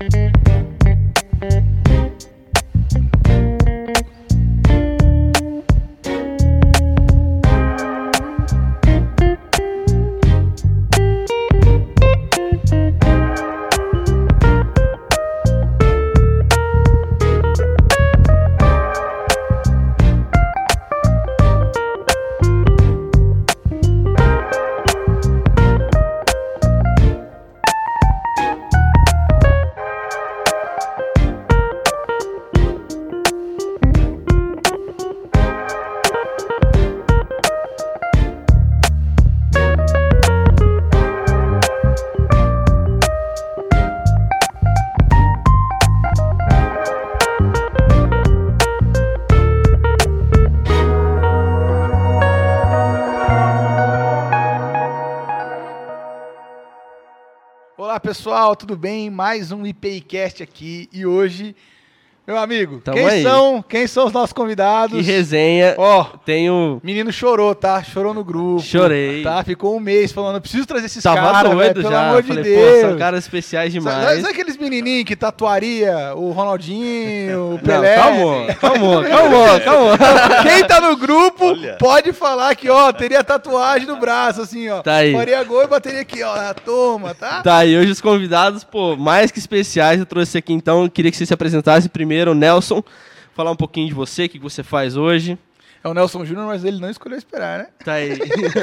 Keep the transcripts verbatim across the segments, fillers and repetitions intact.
Olá pessoal, tudo bem? Mais um IPIcast aqui e hoje, meu amigo, Tamo quem aí. são, quem são os nossos convidados? Que resenha. Ó, Tenho... menino chorou, tá? Chorou no grupo. Chorei. Tá? Ficou um mês falando, preciso trazer esses Tava caras, doido velho, pelo já. amor de Falei, Deus. pô, são caras especiais Sabe, demais. sabe aqueles menininhos que tatuaria o Ronaldinho, o Pelé? Não, calma, calma, calma, calma. Quem tá no grupo Olha. pode falar que, ó, teria tatuagem no braço, assim, ó. Tá aí. Faria gol e bateria aqui, ó, na toma, tá? Tá, e hoje os convidados, pô, mais que especiais, eu trouxe aqui então, eu queria que você se apresentasse primeiro, o Nelson, falar um pouquinho de você, o que você faz hoje. É o Nelson Júnior, mas ele não escolheu esperar, né? Tá aí.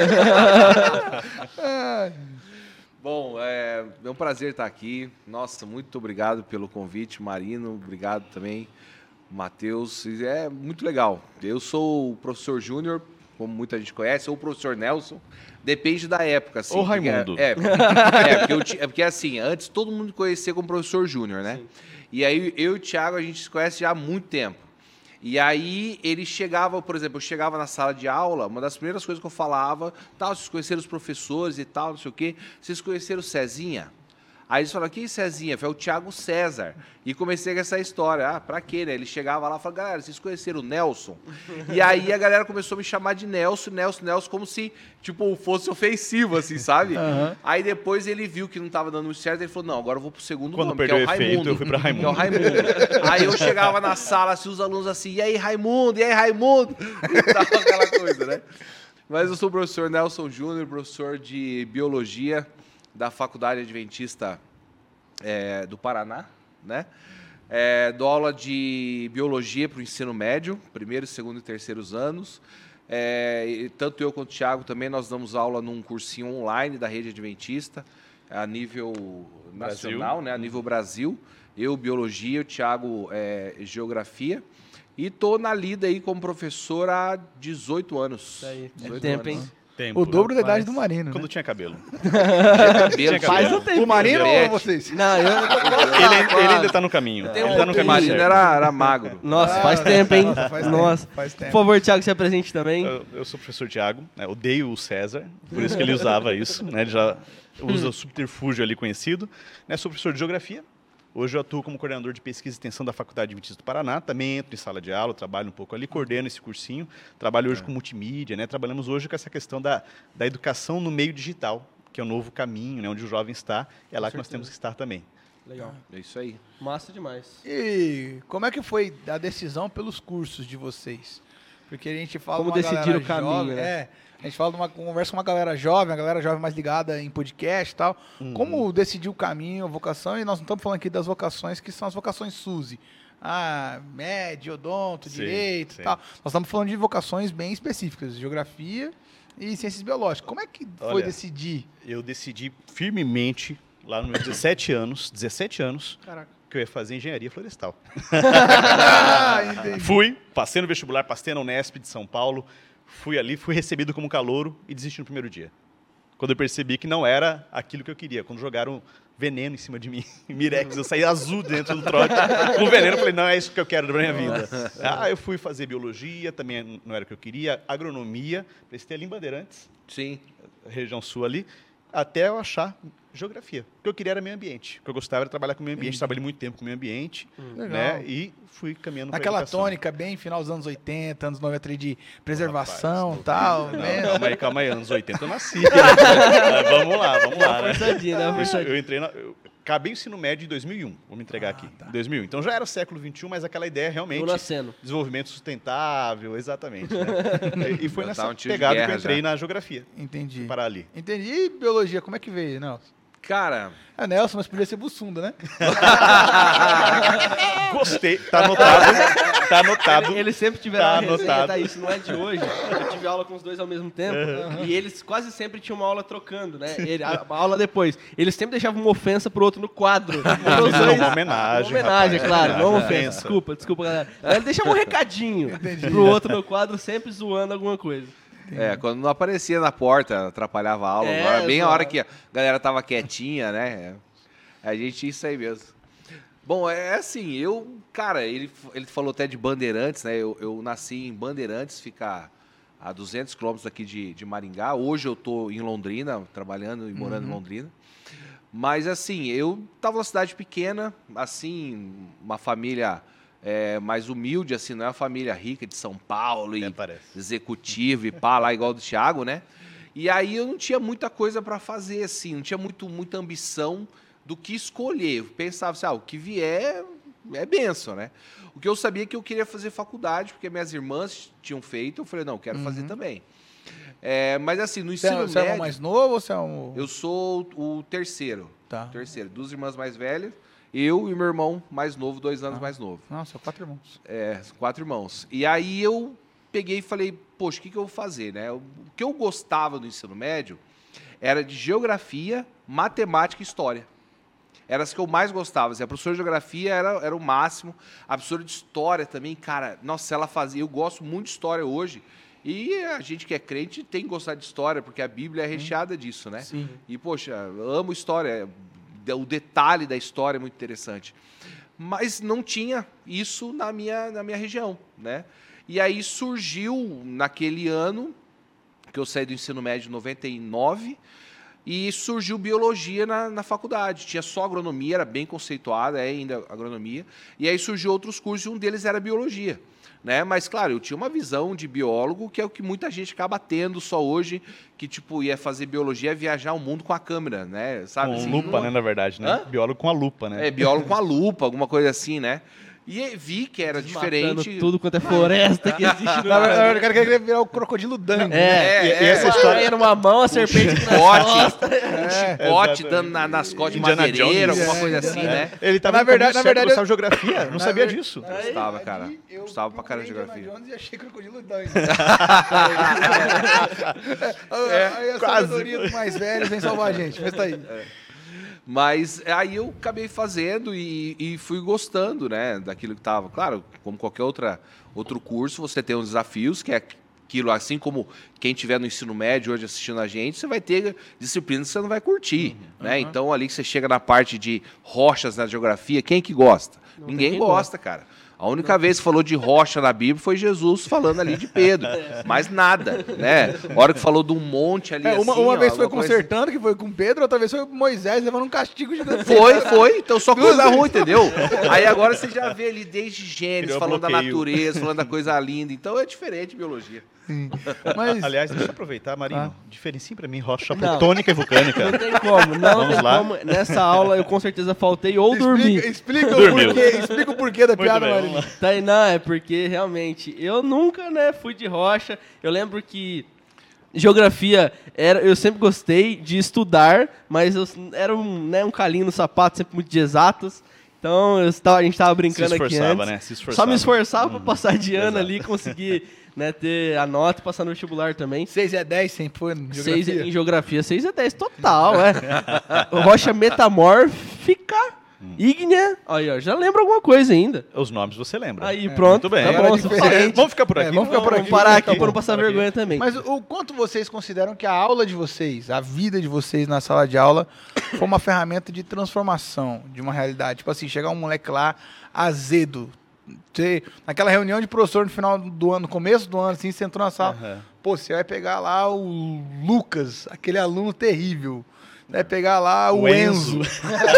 Ah, Bom, é, é um prazer estar aqui. Nossa, muito obrigado pelo convite, Marino. Obrigado também, Matheus. É muito legal. Eu sou o professor Júnior, como muita gente conhece, ou o professor Nelson. Depende da época, assim. Ou porque Raimundo. É, é, é, porque, eu ti- é porque, assim, antes todo mundo me conhecia como professor Júnior, né? Sim. E aí eu e o Thiago, a gente se conhece já há muito tempo. E aí ele chegava, por exemplo, eu chegava na sala de aula, uma das primeiras coisas que eu falava, tal, vocês conheceram os professores e tal, não sei o quê, vocês conheceram o Cezinha? Aí eles falaram, quem é Cezinha? Foi o Thiago César. E comecei com essa história. Ah, pra quê, né? Ele chegava lá e falava, galera, vocês conheceram o Nelson? E aí a galera começou a me chamar de Nelson, Nelson, Nelson, como se, tipo, fosse ofensivo, assim, sabe? Uhum. Aí depois ele viu que não tava dando muito certo, ele falou, não, agora eu vou pro segundo Quando nome, perdeu que é o o efeito, Raimundo. eu fui pra Raimundo. Que é o Raimundo. Aí eu chegava na sala, assim, os alunos assim, e aí, Raimundo? E aí, Raimundo? E tava aquela coisa, né? Mas eu sou o professor Nelson Júnior, professor de Biologia da Faculdade Adventista é, do Paraná, né? É, dou aula de Biologia para o ensino médio, primeiro, segundo e terceiros anos. É, e tanto eu quanto o Thiago também, nós damos aula num cursinho online da Rede Adventista, a nível Brasil. nacional, né? A nível Brasil. Eu, Biologia, o Thiago, é, Geografia. E estou na lida aí como professor há dezoito anos. Tá aí. É dezoito tempo, anos. hein? Tempo. o dobro da idade Rapaz. do Marino. Quando Né? tinha cabelo. Cabelo, Faz cabelo. um tempo. O Marino Diabetes. ou vocês? Não, eu... Ele, ele ainda tá no caminho. Tem um ele tá no pouquinho, caminho Marino certo. era, era magro. Nossa, Ah, faz tempo, hein? nossa, faz Nossa. tempo, faz tempo. Por favor, Thiago, se apresente também. Eu, eu sou o professor Thiago, né, odeio o César, por isso que ele usava isso, né, ele já usa o subterfúgio ali conhecido. Né, sou professor de Geografia, hoje eu atuo como coordenador de pesquisa e extensão da Faculdade Adventista do Paraná, também entro em sala de aula, trabalho um pouco ali, coordeno esse cursinho, trabalho hoje com multimídia, né, trabalhamos hoje com essa questão da, da educação no meio digital, que é o novo caminho, né, onde o jovem está, é lá que nós temos que estar também. Legal. É isso aí. Massa demais. E como é que foi a decisão pelos cursos de vocês? Porque a gente fala Como de uma decidir galera o caminho, jovem, né? é, a gente fala de uma conversa com uma galera jovem, a galera jovem mais ligada em podcast e tal. Uhum. Como decidir o caminho, a vocação? E nós não estamos falando aqui das vocações que são as vocações SUSE. Ah, médio, odonto, Sim, direito sim. e tal. Nós estamos falando de vocações bem específicas, geografia e ciências biológicas. Como é que foi Olha, decidir? Eu decidi firmemente, lá nos meus dezessete anos, dezessete anos, Caraca. que eu ia fazer engenharia florestal. Ah, entendi. Fui, passei no vestibular, passei na Unesp de São Paulo, fui ali, fui recebido como calouro e desisti no primeiro dia. Quando eu percebi que não era aquilo que eu queria. Quando jogaram veneno em cima de mim, Mirex, eu saí azul dentro do trote com veneno. Eu falei, não é isso que eu quero da minha vida. Ah, eu fui fazer biologia, também não era o que eu queria, agronomia, prestei ali em Bandeirantes, Sim. região sul ali, até eu achar geografia. O que eu queria era meio ambiente. O que eu gostava era trabalhar com meio ambiente. Trabalhei muito tempo com meio ambiente, Legal. né? E fui caminhando para Naquela educação. tônica bem final dos anos oitenta, anos noventa ali de preservação e Rapaz, tal, Não, né? calma aí, calma aí. Anos oitenta eu nasci. Mas vamos lá, vamos lá. Né? Forçadinha, né? Eu, Forçadinha. eu entrei na... eu- acabei o ensino médio em dois mil e um, vou me entregar Ah, aqui, tá. dois mil e um. Então já era século vinte e um, mas aquela ideia realmente... Eu nascendo. Desenvolvimento sustentável, exatamente. Né? E foi Já nessa tava um tiro de pegada que eu guerra entrei já. na geografia, Entendi. para ali. Entendi. E biologia, como é que veio, Nelson? Cara, É Nelson, mas podia ser Bussunda, né? Gostei, tá anotado, tá anotado. Eles sempre tiveram Tá uma resenha, anotado. tá? Isso não é de hoje. Eu tive aula com os dois ao mesmo tempo e eles quase sempre tinham uma aula trocando, né? Ele, a, a aula depois. Eles sempre deixavam uma ofensa pro outro no quadro. Os Não, dois- uma homenagem, Uma homenagem, rapaz, claro. Não uma homenagem, ofensa. ofensa. Desculpa, desculpa, galera. Aí ele deixava um recadinho pro outro no quadro, sempre zoando alguma coisa. é, quando não aparecia na porta, atrapalhava a aula. É, Agora, bem a hora zoado. que a galera tava quietinha, né? A gente tinha isso aí mesmo. Bom, é assim, eu... Cara, ele, ele falou até de Bandeirantes, né? Eu, eu nasci em Bandeirantes, fica a duzentos quilômetros aqui de, de Maringá. Hoje eu tô em Londrina, trabalhando e morando em Londrina. Mas, assim, eu tava numa cidade pequena, assim, uma família é, mais humilde, assim, não é uma família rica de São Paulo e É, parece. executivo e pá, lá igual do Thiago, né? E aí eu não tinha muita coisa para fazer, assim, não tinha muito, muita ambição do que escolher. Eu pensava assim, ah, o que vier é benção, né? O que eu sabia é que eu queria fazer faculdade, porque minhas irmãs tinham feito, eu falei, não, eu quero fazer também. É, mas assim, no Você é, ensino você é o médio, mais novo ou você é um... eu sou o terceiro. Tá. Terceiro, duas irmãs mais velhas, eu e meu irmão mais novo, dois anos mais novo. Nossa, quatro irmãos. É, quatro irmãos. E aí eu peguei e falei, poxa, o que, que eu vou fazer, né? O que eu gostava do ensino médio era de geografia, matemática e história. Eram as que eu mais gostava. Assim, a professora de geografia era, era o máximo. A professora de história também, cara, nossa, ela fazia... Eu gosto muito de história hoje. E a gente que é crente tem que gostar de história, porque a Bíblia é recheada disso, né? Sim. E, poxa, eu amo história. O detalhe da história é muito interessante. Mas não tinha isso na minha, na minha região, né? E aí surgiu, naquele ano, que eu saí do ensino médio em noventa e nove, e surgiu biologia na, na faculdade. Tinha só agronomia, era bem conceituada, é ainda agronomia. E aí surgiu outros cursos, e um deles era biologia. Né? Mas, claro, eu tinha uma visão de biólogo, que é o que muita gente acaba tendo só hoje, que, tipo, ia fazer biologia, ia viajar o mundo com a câmera, né? Sabe? Com assim, lupa, não- né, na verdade, né? Hã? Biólogo com a lupa, né? É, biólogo com a lupa, alguma coisa assim, né? E vi que era Desmatando diferente. tudo quanto é floresta que existe no Na verdade, o cara queria virar o crocodilo dango. É, É, e, é, e essa é. história numa mão, a serpente aqui nas costas. Chicote, um chicote exatamente. dando na- nas costas de Indiana madeireira, Jones. alguma É, coisa Indiana assim, né? Ele tava Na no caminho verdade- na certo, verdade, gostava de geografia, não Na sabia ver- disso. na Gostava, verdade, cara. eu Gostava pra caramba de procurei geografia. Indiana Jones e achei crocodilo dango. Aí a quase. sabedoria dos mais velhos vem salvar a gente. Mas tá aí. Mas aí eu acabei fazendo e, e fui gostando, né, daquilo que estava. Claro, como qualquer outra, outro curso, você tem os desafios, que é aquilo, assim como quem estiver no ensino médio hoje assistindo a gente, você vai ter disciplinas que você não vai curtir, né? Então, ali que você chega na parte de rochas na geografia, quem que gosta? Não tem Ninguém quem gosta, cara. A única vez que falou de rocha na Bíblia foi Jesus falando ali de Pedro. Mais nada, né? A hora que falou de um monte ali, É, uma assim, uma ó, vez foi alguma coisa consertando, que foi com Pedro, outra vez foi com Moisés, levando um castigo gigante. Foi, foi. Então só coisa ruim, entendeu? Aí agora você já vê ali desde Gênesis, Virou falando da bloqueio. natureza, falando da coisa linda. Então é diferente biologia. Mas, Aliás, deixa eu aproveitar, Marinho. Ah. Diferencie pra mim rocha Não. plutônica e vulcânica. Não tem como, não Vamos tem lá. como. Nessa aula eu com certeza faltei ou dormi. explica, explica, o Dormiu. porquê, explica o porquê da Muito piada, bem, Marinho. vamos lá. Tá aí, não, é porque realmente eu nunca, né, fui de rocha. Eu lembro que geografia era, eu sempre gostei de estudar, mas eu era um, né, um calinho no sapato, sempre muito de exatas. Então eu estava, a gente estava brincando Se aqui esforçava, antes. né? Se Só esforçava. me esforçava para passar de ano Exato. ali, conseguir, né, ter a nota e passar no vestibular também. seis é dez, sempre foi no Seis geografia. em geografia, seis é dez total, é. Rocha metamórfica, ígnea. Aí, ó, já lembro alguma coisa ainda. Os nomes você lembra. Aí, pronto, Muito bem. tá Era bom, diferente. suficiente. Vamos ficar por É, aqui. vamos ficar por Vamos aqui. parar aqui Tá para não bom, passar por aqui. vergonha também. Mas o quanto vocês consideram que a aula de vocês, a vida de vocês na sala de aula, foi uma ferramenta de transformação de uma realidade? Tipo assim, chegar um moleque lá azedo. Você, naquela reunião de professor no final do ano, no começo do ano, assim, você entrou na sala. Aham. Pô, você vai pegar lá o Lucas, aquele aluno terrível. Você vai pegar lá o, O Enzo. Enzo.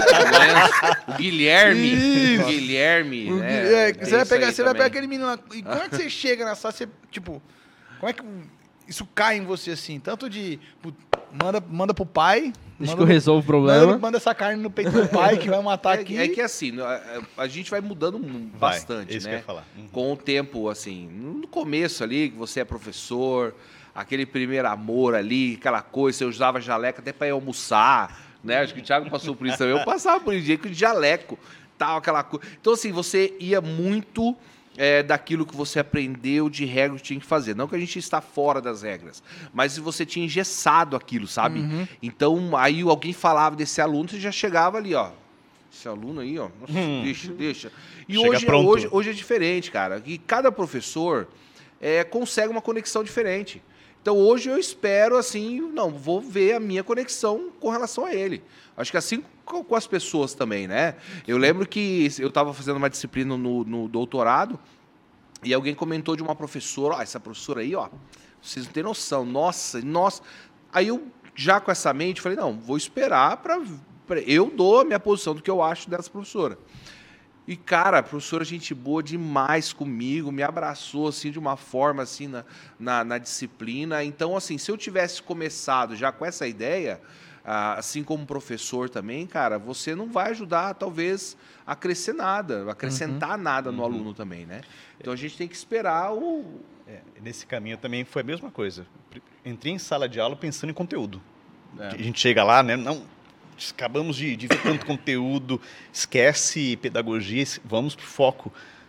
O Guilherme. Isso. O Guilherme. O né? Gui- é, É você vai isso pegar, aí você vai também. pegar aquele menino lá. E como é que você chega na sala? Você, tipo, como é que. isso cai em você assim, tanto de pô, manda, manda pro pai, Deixa manda, que eu resolvo o problema. manda, manda essa carne no peito do pai que vai matar É, aqui. é que assim, a, a gente vai mudando Vai, bastante, isso que eu né? ia falar. Uhum. Com o tempo, assim, no começo ali, que você é professor, aquele primeiro amor ali, aquela coisa, você usava jaleco até para ir almoçar, né? Acho que o Thiago passou por isso também. Eu passava por isso, de jaleco, tal, aquela coisa. Então, assim, você ia muito é, daquilo que você aprendeu de regra que tinha que fazer. Não que a gente está fora das regras, mas você tinha engessado aquilo, sabe? Uhum. Então, aí alguém falava desse aluno, você já chegava ali, ó. Esse aluno aí, ó, nossa, Hum. deixa, deixa. E Chega hoje, pronto. hoje, hoje é diferente, cara. E cada professor é, consegue uma conexão diferente. Então, hoje eu espero, assim, não, vou ver a minha conexão com relação a ele. Acho que assim com, com as pessoas também, né? Eu lembro que eu estava fazendo uma disciplina no, no doutorado e alguém comentou de uma professora, ó, essa professora aí, ó, vocês não têm noção, nossa, nossa. Aí eu, já com essa mente, falei, não, vou esperar para... Eu dou a minha posição do que eu acho dessa professora. E, cara, a professora, gente boa demais comigo, me abraçou, assim, de uma forma, assim, na, na, na disciplina. Então, assim, se eu tivesse começado já com essa ideia, ah, assim como professor também, cara, você não vai ajudar, talvez, a crescer nada, a acrescentar Uhum. nada no Uhum. aluno também, né? Então, a gente tem que esperar o... É, nesse caminho também foi a mesma coisa. Entrei em sala de aula pensando em conteúdo. É. A gente chega lá, né? Não, acabamos de, de ver tanto conteúdo, esquece pedagogia, vamos pro foco.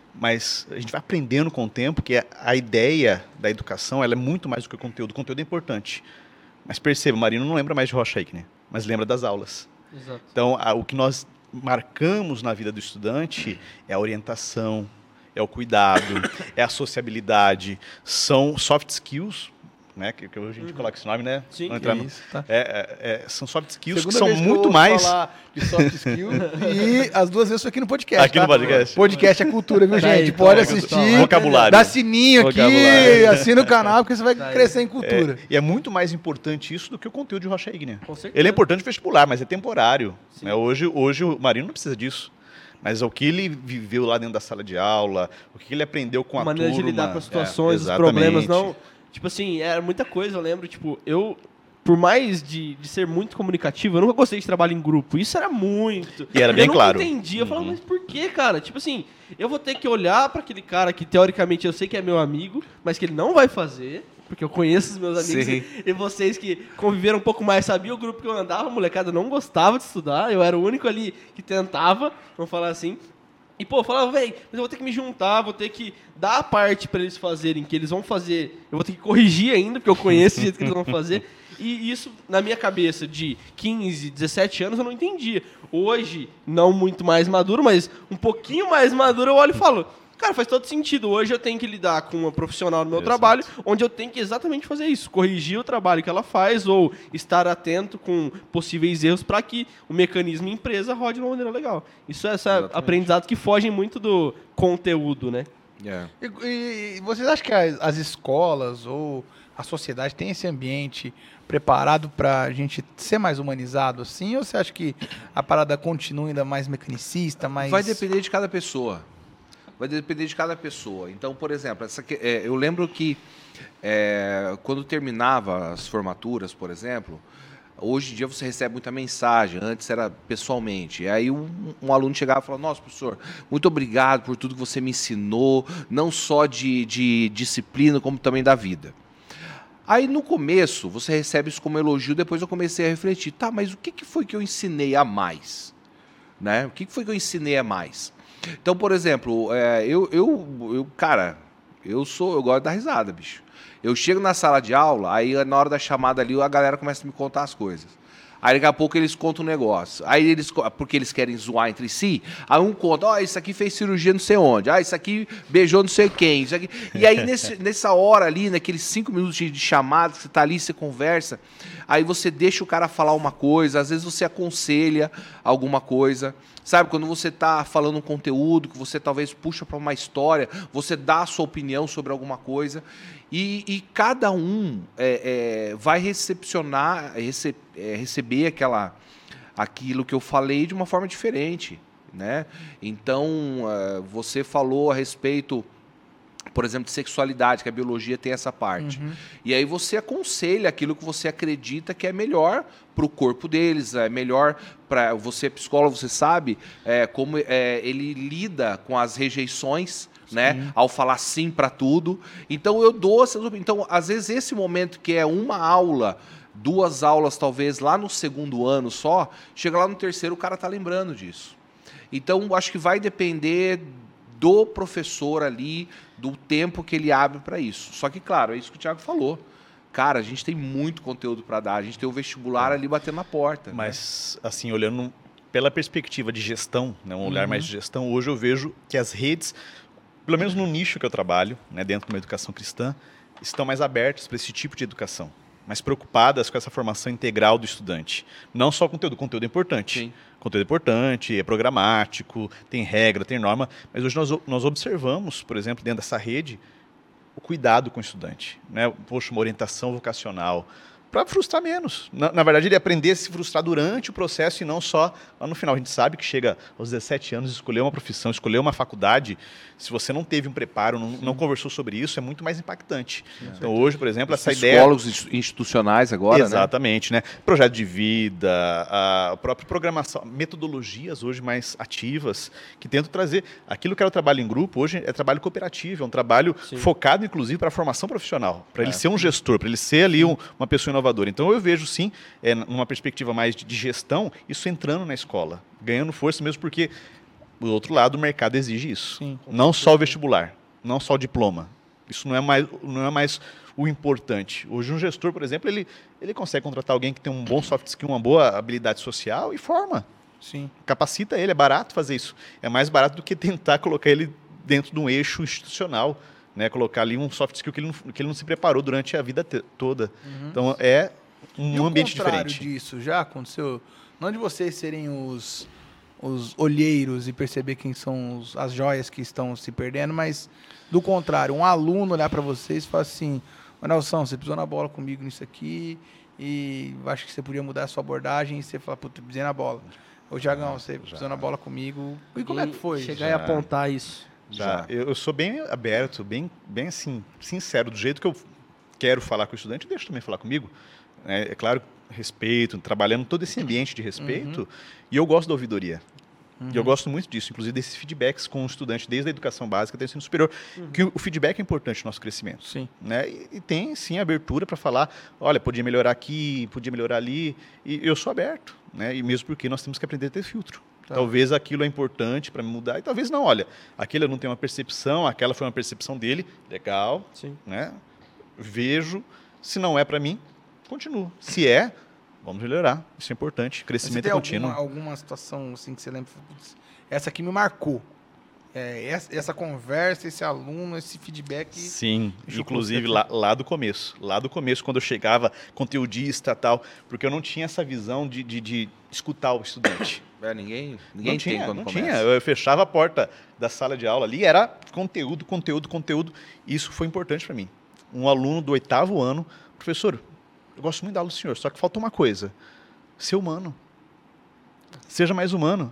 Mas a gente vai aprendendo com o tempo que a, a ideia da educação ela é muito mais do que o conteúdo. O conteúdo é importante. Mas perceba, o Marino não lembra mais de Rocha Eichner, mas lembra das aulas. Exato. Então, a, o que nós marcamos na vida do estudante é a orientação, é o cuidado, é a sociabilidade, são soft skills, né? Que, que hoje a gente coloca esse nome, né? Sim, Não entrar É no- isso, tá? é, é, é, são soft skills Segunda que são vez eu muito ouço mais... falar de soft skill e as duas vezes foi aqui no podcast. Aqui no tá? podcast. Podcast é cultura, viu, Tá aí, gente? tá Pode aí, assistir. Vocabulário. Dá sininho aqui, Vocabulário. assina o canal, porque você vai Tá aí. crescer em cultura. É, e é muito mais importante isso do que o conteúdo de Rocha Eichner. Com certeza. Ele é importante no vestibular, mas é temporário. Sim. Né? Hoje, hoje o Marino não precisa disso. Mas o que ele viveu lá dentro da sala de aula, o que ele aprendeu com a, a maneira turma... de lidar com as É, situações, os exatamente. problemas, não... Tipo assim, era muita coisa, eu lembro, tipo, eu... Por mais de, de ser muito comunicativo, eu nunca gostei de trabalho em grupo. Isso era muito... E era bem eu claro. Eu não entendia. Eu falava, Uhum. mas por que, cara? Tipo assim, eu vou ter que olhar pra aquele cara que, teoricamente, eu sei que é meu amigo, mas que ele não vai fazer, porque eu conheço os meus amigos. Sim. E, e vocês que conviveram um pouco mais, sabiam o grupo que eu andava, a molecada não gostava de estudar. Eu era o único ali que tentava, vamos falar assim. E, pô, eu falava, velho, mas eu vou ter que me juntar, vou ter que dar a parte pra eles fazerem, que eles vão fazer. Eu vou ter que corrigir ainda, porque eu conheço o jeito que eles vão fazer. E isso, na minha cabeça, de quinze, dezessete anos, eu não entendia. Hoje, não muito mais maduro, mas um pouquinho mais maduro, eu olho e falo, cara, faz todo sentido. Hoje eu tenho que lidar com uma profissional no meu Exato. trabalho, onde eu tenho que exatamente fazer isso, corrigir o trabalho que ela faz ou estar atento com possíveis erros para que o mecanismo empresa rode de uma maneira legal. Isso é esse Exatamente. aprendizado que fogem muito do conteúdo, né? É. E, e vocês acham que as, as escolas ou a sociedade tem esse ambiente preparado para a gente ser mais humanizado assim? Ou você acha que a parada continua ainda mais mecanicista, mais... Vai depender de cada pessoa. Vai depender de cada pessoa. Então, por exemplo, essa que- é, eu lembro que é, quando terminava as formaturas, por exemplo, hoje em dia você recebe muita mensagem, antes era pessoalmente. E aí um, um aluno chegava e falava, nossa, professor, muito obrigado por tudo que você me ensinou, não só de, de disciplina, como também da vida. Aí, no começo, você recebe isso como elogio, depois eu comecei a refletir, tá, mas o que que foi que eu ensinei a mais? Né? O que que foi que eu ensinei a mais? Então, por exemplo, é, eu, eu, eu, cara, eu sou, eu gosto de dar risada, bicho. Eu chego na sala de aula, aí na hora da chamada ali, a galera começa a me contar as coisas. Aí daqui a pouco eles contam um negócio. Aí eles, porque eles querem zoar entre si, aí um conta, ó, oh, isso aqui fez cirurgia não sei onde, ah, isso aqui beijou não sei quem, isso aqui. E aí nesse, nessa hora ali, naqueles cinco minutos de, de chamada, que você tá ali, você conversa, aí você deixa o cara falar uma coisa, às vezes você aconselha alguma coisa. Sabe, quando você está falando um conteúdo, que você talvez puxa para uma história, você dá a sua opinião sobre alguma coisa, e, e cada um é, é, vai recepcionar, rece, é, receber aquela, aquilo que eu falei de uma forma diferente, né? Então, uh, você falou a respeito, por exemplo, de sexualidade, que a biologia tem essa parte. Uhum. E aí você aconselha aquilo que você acredita que é melhor para o corpo deles, é melhor para você, psicólogo, você sabe é, como é, ele lida com as rejeições, né, ao falar sim para tudo. Então eu dou essas opiniões. Então, às vezes, esse momento que é uma aula, duas aulas, talvez, lá no segundo ano só, chega lá no terceiro, o cara tá lembrando disso. Então, acho que vai depender do professor ali, do tempo que ele abre para isso. Só que, claro, é isso que o Thiago falou. Cara, a gente tem muito conteúdo para dar, a gente tem o vestibular ali batendo na porta. Mas, né? assim, olhando pela perspectiva de gestão, né, um olhar Uhum. mais de gestão, hoje eu vejo que as redes, pelo menos no nicho que eu trabalho, né, dentro de uma educação cristã, estão mais abertas para esse tipo de educação, mais preocupadas com essa formação integral do estudante. Não só conteúdo, conteúdo é importante. Sim. Conteúdo é importante, é programático, tem regra, tem norma, mas hoje nós, nós observamos, por exemplo, dentro dessa rede, o cuidado com o estudante, né? Poxa, uma orientação vocacional, para frustrar menos. Na, na verdade, ele aprender a se frustrar durante o processo e não só lá no final. A gente sabe que chega aos dezessete anos, escolher uma profissão, escolher uma faculdade, se você não teve um preparo, não, não conversou sobre isso, é muito mais impactante. Sim. Então, hoje, por exemplo, Os essa ideia... psicólogos institucionais agora, Exatamente, né? Projeto de vida, a própria programação, metodologias hoje mais ativas, que tentam trazer... Aquilo que era o trabalho em grupo, hoje é trabalho cooperativo, é um trabalho Sim. focado, inclusive, para a formação profissional, para é. ele ser um gestor, para ele ser ali um, uma pessoa inovadora. Então, eu vejo, sim, é, numa perspectiva mais de, de gestão, isso entrando na escola, ganhando força mesmo porque, do outro lado, o mercado exige isso. Sim, não só o vestibular, não só o diploma. Isso não é mais, não é mais o importante. Hoje, um gestor, por exemplo, ele, ele consegue contratar alguém que tem um bom soft skill, uma boa habilidade social e forma. Sim. Capacita ele, é barato fazer isso. É mais barato do que tentar colocar ele dentro de um eixo institucional, né, colocar ali um soft skill que ele não, que ele não se preparou durante a vida te, toda. Uhum. Então, é um e ambiente o contrário diferente. Disso já aconteceu? Não de vocês serem os, os olheiros e perceber quem são os, as joias que estão se perdendo, mas, do contrário, um aluno olhar para vocês e falar assim, Nelson, você pisou na bola comigo nisso aqui e acho que você podia mudar a sua abordagem e você falar, putz, pisei na bola. Ô, Thiagão, você já. pisou na bola comigo. E como é que foi? Chegar já. e apontar isso. Já, eu, eu sou bem aberto, bem, bem assim, sincero, do jeito que eu quero falar com o estudante, eu deixo também falar comigo. É, é claro, respeito, trabalhando todo esse ambiente de respeito, uhum. e eu gosto da ouvidoria. Uhum. E eu gosto muito disso, inclusive desses feedbacks com o estudante, desde a educação básica até o ensino superior, uhum. que o, o feedback é importante no nosso crescimento. Sim. Né? E, e tem, sim, abertura para falar, olha, podia melhorar aqui, podia melhorar ali, e eu sou aberto, né? E mesmo porque nós temos que aprender a ter filtro. Tá. Talvez aquilo é importante para me mudar, e talvez não. Olha, aquele eu não tenho uma percepção, aquela foi uma percepção dele, legal, Sim. né? Vejo, se não é para mim, continuo. Se é, vamos melhorar, isso é importante, crescimento é contínuo. Alguma, alguma situação assim que você lembra, essa aqui me marcou, é, essa, essa conversa, esse aluno, esse feedback... Sim, inclusive lá, lá do começo, lá do começo, quando eu chegava, conteudista e tal, porque eu não tinha essa visão de, de, de escutar o estudante. É, ninguém ninguém não tem tinha, quando não começa. tinha. Eu fechava a porta da sala de aula ali, era conteúdo, conteúdo, conteúdo. Isso foi importante para mim. Um aluno do oitavo ano, professor, eu gosto muito da aula do senhor, só que falta uma coisa, ser humano. Seja mais humano.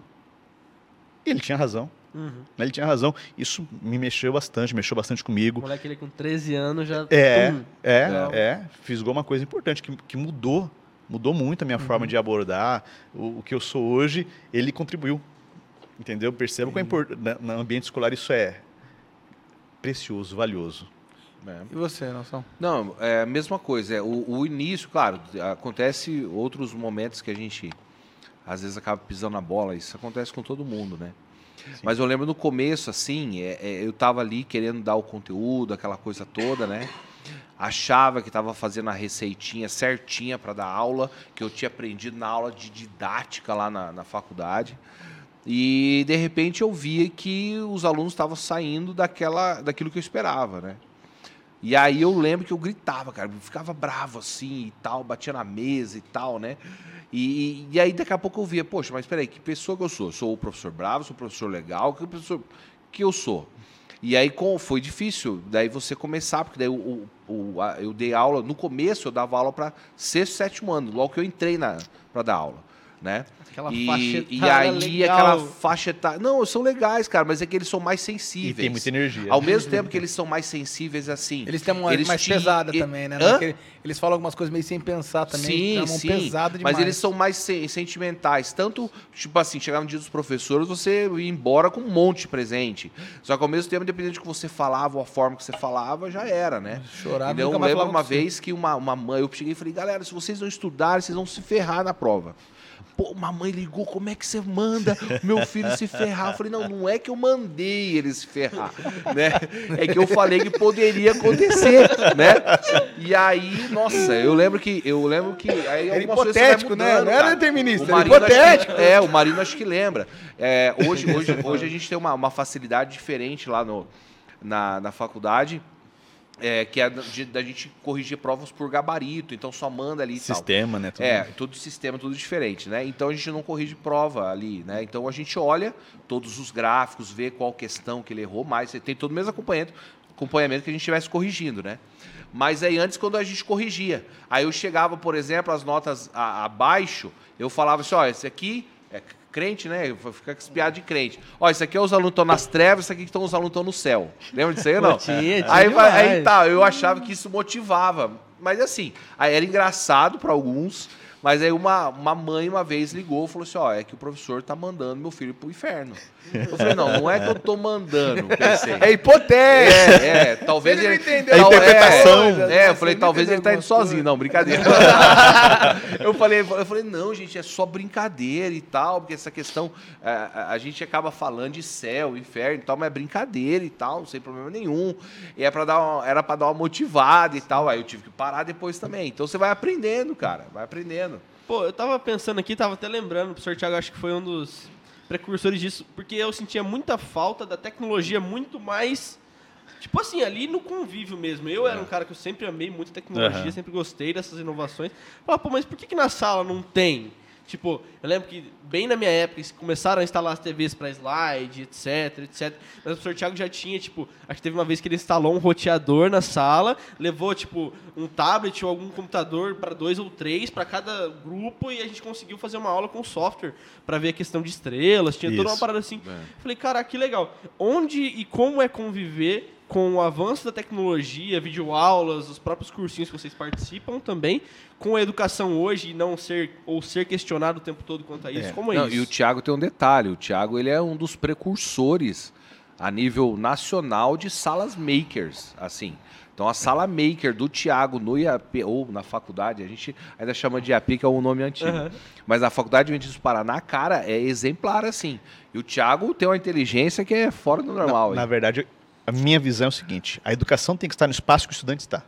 E ele tinha razão. Uhum. Ele tinha razão. Isso me mexeu bastante, mexeu bastante comigo. O moleque ele com treze anos já... É, tum, é, é. Fisgou uma coisa importante que, que mudou. Mudou muito a minha uhum. forma de abordar. O, o que eu sou hoje, ele contribuiu. Entendeu? Percebo uhum. que é import... no ambiente escolar isso é precioso, valioso. É. E você, Nelson? Não, é a mesma coisa. É, o, o início, claro, acontece outros momentos que a gente, às vezes, acaba pisando na bola. Isso acontece com todo mundo, né? Sim. Mas eu lembro no começo, assim, é, é, eu estava ali querendo dar o conteúdo, aquela coisa toda, né? Achava que estava fazendo a receitinha certinha para dar aula, que eu tinha aprendido na aula de didática lá na, na faculdade. E, de repente, eu via que os alunos estavam saindo daquela, daquilo que eu esperava, né? E aí eu lembro que eu gritava, cara, eu ficava bravo assim e tal, batia na mesa e tal, né? E, e aí daqui a pouco eu via, poxa, mas peraí, que pessoa que eu sou? Eu sou o professor bravo, sou o professor legal, que professor que eu sou? E aí com, foi difícil, daí você começar, porque daí o, o, a, eu dei aula, no começo eu dava aula para sexto, sétimo ano, logo que eu entrei para dar aula. né? Aquela e, faixa e etária aí legal. aquela faixa etária... Não, são legais, cara, mas é que eles são mais sensíveis. E tem muita energia. Ao mesmo tempo que eles são mais sensíveis, assim... Eles têm uma eles mais te- pesada e- também, né? Hã? Naquele- eles falam algumas coisas meio sem pensar também. Sim, é uma sim, pesada demais. mas eles são mais se- sentimentais. Tanto, tipo assim, chegar no dia dos professores, você ia embora com um monte de presente. Só que ao mesmo tempo, dependendo do que você falava ou a forma que você falava, já era, né? Chorava, Então, nunca eu mais lembro falava uma com você. vez que uma, uma mãe, eu cheguei e falei, galera, se vocês não estudarem, vocês vão se ferrar na prova. Pô, uma mãe ligou, como é que você manda meu filho se ferrar? Eu falei, não, não é que eu mandei ele se ferrar, né? É que eu falei que poderia acontecer, né? E aí, nossa, eu lembro que, eu lembro que aí Era algumas coisas você vai hipotético, né? mudando, Não era cara. determinista, O era Marino acho que- hipotético. é, o Marino acho que lembra. É, hoje, hoje, hoje a gente tem uma, uma facilidade diferente lá no, na, na faculdade. É, que é de- da gente corrigir provas por gabarito, então só manda ali e tal. Sistema, né? Tudo. É, todo sistema, tudo diferente, né? Então a gente não corrige prova ali, né? Então a gente olha todos os gráficos, vê qual questão que ele errou mais, tem todo o mesmo acompanhamento, acompanhamento que a gente estivesse corrigindo, né? Mas aí antes, quando a gente corrigia, aí eu chegava, por exemplo, as notas a- abaixo, eu falava assim, ó, esse aqui é crente, né? Fica com esse piada de crente. Ó, isso aqui é os alunos estão nas trevas, isso aqui estão os alunos estão no céu. Lembra disso aí ou não? Tinha, tinha aí, vai- aí demais. tá, eu achava que isso motivava. Mas assim, aí era engraçado para alguns, mas aí uma, uma mãe uma vez ligou e falou assim, ó, é que o professor tá mandando meu filho pro inferno. Eu falei, não, não é que eu tô mandando, pensei. É hipotético. É, é, talvez Ele não ele... entendeu. tal- A interpretação. É, é, eu falei, Você não talvez ele entendeu tá indo algumas sozinho. Não, brincadeira. eu, falei, eu falei, não, gente, é só brincadeira e tal, porque essa questão, é, a, a gente acaba falando de céu, inferno e tal, mas é brincadeira e tal, sem problema nenhum. E é pra dar uma, era pra dar uma motivada e tal, aí eu tive que parar depois também. Então você vai aprendendo, cara, vai aprendendo. Pô, eu tava pensando aqui, tava até lembrando, o professor Thiago acho que foi um dos precursores disso, porque eu sentia muita falta da tecnologia muito mais, tipo assim, ali no convívio mesmo. Eu era um cara que eu sempre amei muito tecnologia, Uhum. sempre gostei dessas inovações. Falava, pô, mas por que que na sala não tem? Tipo, eu lembro que bem na minha época eles começaram a instalar as T Vs para slide, etc, etcétera. Mas o professor Thiago já tinha, tipo, acho que teve uma vez que ele instalou um roteador na sala, levou, tipo, um tablet ou algum computador para dois ou três para cada grupo e a gente conseguiu fazer uma aula com software para ver a questão de estrelas, tinha toda uma Isso. parada assim. É. Falei, cara, que legal. Onde e como é conviver com o avanço da tecnologia, videoaulas, os próprios cursinhos que vocês participam também, com a educação hoje e não ser ou ser questionado o tempo todo quanto a isso? Como é Não, isso? e o Thiago tem um detalhe, o Thiago ele é um dos precursores a nível nacional de salas makers, assim. Então a sala maker do Thiago no I A P, ou na faculdade, a gente ainda chama de I A P, que é um nome antigo. Aham. Mas na Faculdade de Adventistas do Paraná, cara, é exemplar assim. E o Thiago tem uma inteligência que é fora do normal. Na, na hein? verdade, a minha visão é o seguinte: a educação tem que estar no espaço que o estudante está.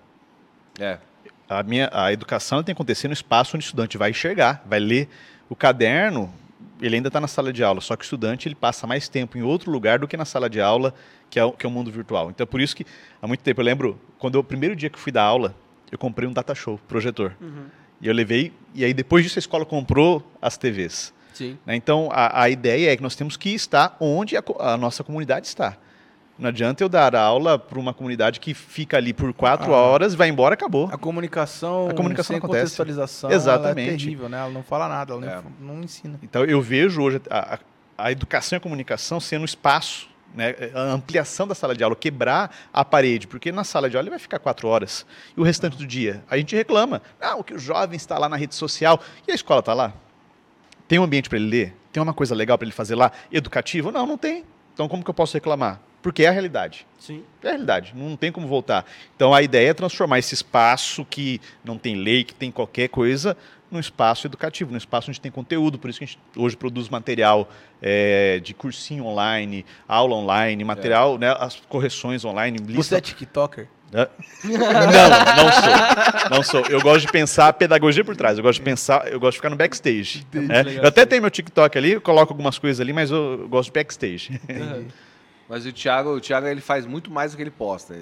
É. A, minha, a educação tem que acontecer no espaço onde o estudante vai enxergar, vai ler o caderno, ele ainda está na sala de aula, só que o estudante ele passa mais tempo em outro lugar do que na sala de aula, que é o, que é o mundo virtual. Então, por isso que, há muito tempo, eu lembro, quando eu, o primeiro dia que eu fui dar aula, eu comprei um data show, projetor. Uhum. E eu levei, e aí depois disso a escola comprou as T Vs. Sim. Né? Então, a, a ideia é que nós temos que estar onde a, co- a nossa comunidade está. Não adianta eu dar aula para uma comunidade que fica ali por quatro Ah. horas, vai embora, acabou. A comunicação, A comunicação sem acontece. contextualização, Exatamente. ela é terrível, né? Ela não fala nada, ela É. não, não ensina. Então, eu vejo hoje a, a, a educação e a comunicação sendo espaço, né? A ampliação da sala de aula, quebrar a parede, porque na sala de aula ele vai ficar quatro horas. E o restante do dia? A gente reclama. Ah, o que o jovem está lá na rede social. E a escola está lá? Tem um ambiente para ele ler? Tem uma coisa legal para ele fazer lá? Educativo? Não, não tem. Então, como que eu posso reclamar? Porque é a realidade. Sim. É a realidade, não tem como voltar. Então a ideia é transformar esse espaço que não tem lei, que tem qualquer coisa, num espaço educativo, num espaço onde tem conteúdo. Por isso que a gente hoje produz material é, de cursinho online, aula online, material, né, as correções online. Você Lista... é tiktoker? Hã? Não, não sou. Não sou. Eu gosto de pensar a pedagogia por trás. Eu gosto de pensar, eu gosto de ficar no backstage. né? legal. Eu até tenho meu TikTok ali, eu coloco algumas coisas ali, mas eu, eu gosto de backstage. Uhum. Mas o Thiago, o Thiago ele faz muito mais do que ele posta.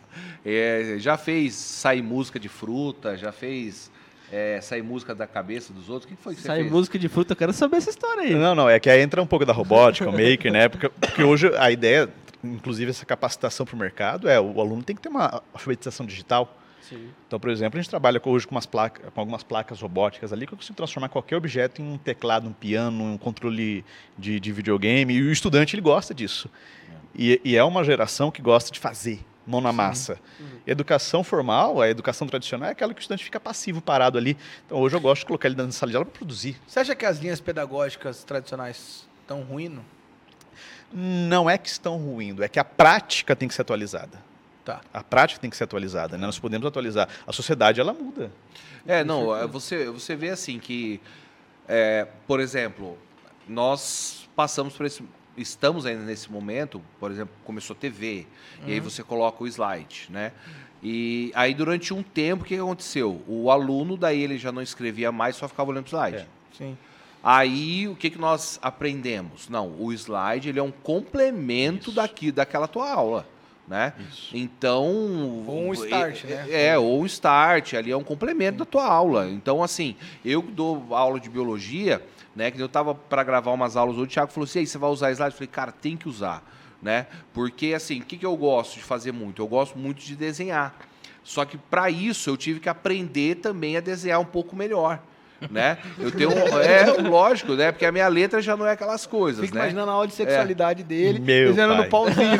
É, já fez sair música de fruta, já fez é, sair música da cabeça dos outros. O que foi que você Sai fez? música de fruta, eu quero saber essa história aí. Não, não, é que aí entra um pouco da robótica, o maker, né? Porque, porque hoje a ideia, inclusive essa capacitação para o mercado, é o aluno tem que ter uma alfabetização digital. Sim. Então, por exemplo, a gente trabalha hoje com, umas placa, com algumas placas robóticas ali que eu consigo transformar qualquer objeto em um teclado, um piano, um controle de, de videogame. E o estudante ele gosta disso. E, e é uma geração que gosta de fazer, mão na massa. Uhum. Educação formal, a educação tradicional é aquela que o estudante fica passivo, parado ali. Então, hoje eu gosto de colocar ele na sala de aula para produzir. Você acha que as linhas pedagógicas tradicionais estão ruindo? Não é que estão ruindo, é que a prática tem que ser atualizada. Tá. A prática tem que ser atualizada, né? Nós podemos atualizar. A sociedade, ela muda. É, não, você, você vê assim que, é, por exemplo, nós passamos por esse, estamos ainda nesse momento, por exemplo, começou T V, uhum. e aí você coloca o slide, né? E aí durante um tempo, o que aconteceu? O aluno, daí ele já não escrevia mais, só ficava olhando o slide. É. Sim. Aí, o que, que nós aprendemos? Não, o slide ele é um complemento daqui, daquela tua aula. Né? Isso. Então... Ou um start, é, né? É, ou um start, ali é um complemento da tua aula. Então, assim, eu dou aula de biologia, né? Que eu tava para gravar umas aulas hoje, o Thiago falou assim, aí, você vai usar slide? Eu falei, cara, tem que usar, né? Porque, assim, o que, que eu gosto de fazer muito? Eu gosto muito de desenhar. Só que, para isso, eu tive que aprender também a desenhar um pouco melhor. Né? Eu tenho um, é lógico, né? Porque a minha letra já não é aquelas coisas, Fico né? imaginando a aula de sexualidade é. dele, Meu desenhando pai. no pauzinho.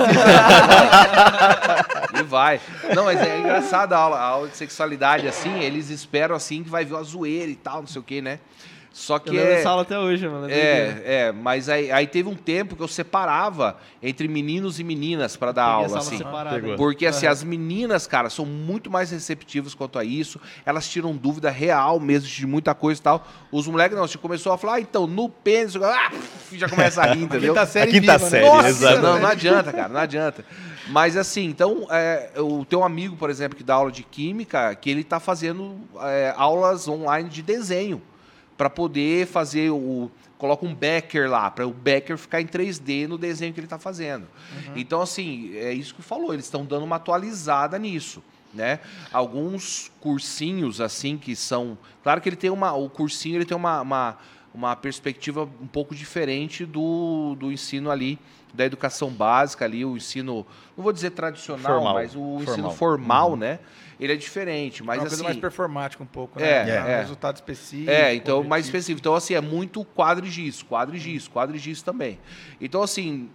E vai. Não, mas é engraçado a aula, a aula de sexualidade, assim, eles esperam assim que vai ver uma zoeira e tal, não sei o quê, né? Só que eu lembro é... dessa aula até hoje, mano. É, é, mas aí, aí teve um tempo que eu separava entre meninos e meninas para dar aula, assim. Separada, porque, assim, uhum. as meninas, cara, são muito mais receptivas quanto a isso. Elas tiram dúvida real mesmo de muita coisa e tal. Os moleques, não, você começou a falar, ah, então, no pênis, ah, já começa a rir, entendeu? A quinta série, a quinta viva, série, né? Nossa, exatamente. não, não adianta, cara, não adianta. Mas assim, então, é, eu tenho um amigo, por exemplo, que dá aula de química, que ele está fazendo é, aulas online de desenho, para poder fazer o... Coloca um Becker lá, para o Becker ficar em três D no desenho que ele está fazendo. Uhum. Então, assim, é isso que falou, eles estão dando uma atualizada nisso. Né? Alguns cursinhos, assim, que são... Claro que ele tem uma... O cursinho ele tem uma... uma uma perspectiva um pouco diferente do, do ensino ali, da educação básica ali, o ensino, não vou dizer tradicional, formal. mas o formal. ensino formal, uhum. né? Ele é diferente, mas é uma assim... coisa mais performática um pouco, né? É, é, é. Um resultado específico. É, então, objetivo. mais específico. Então, assim, é muito quadrigiz, quadrigiz, quadrigiz também. Então, assim,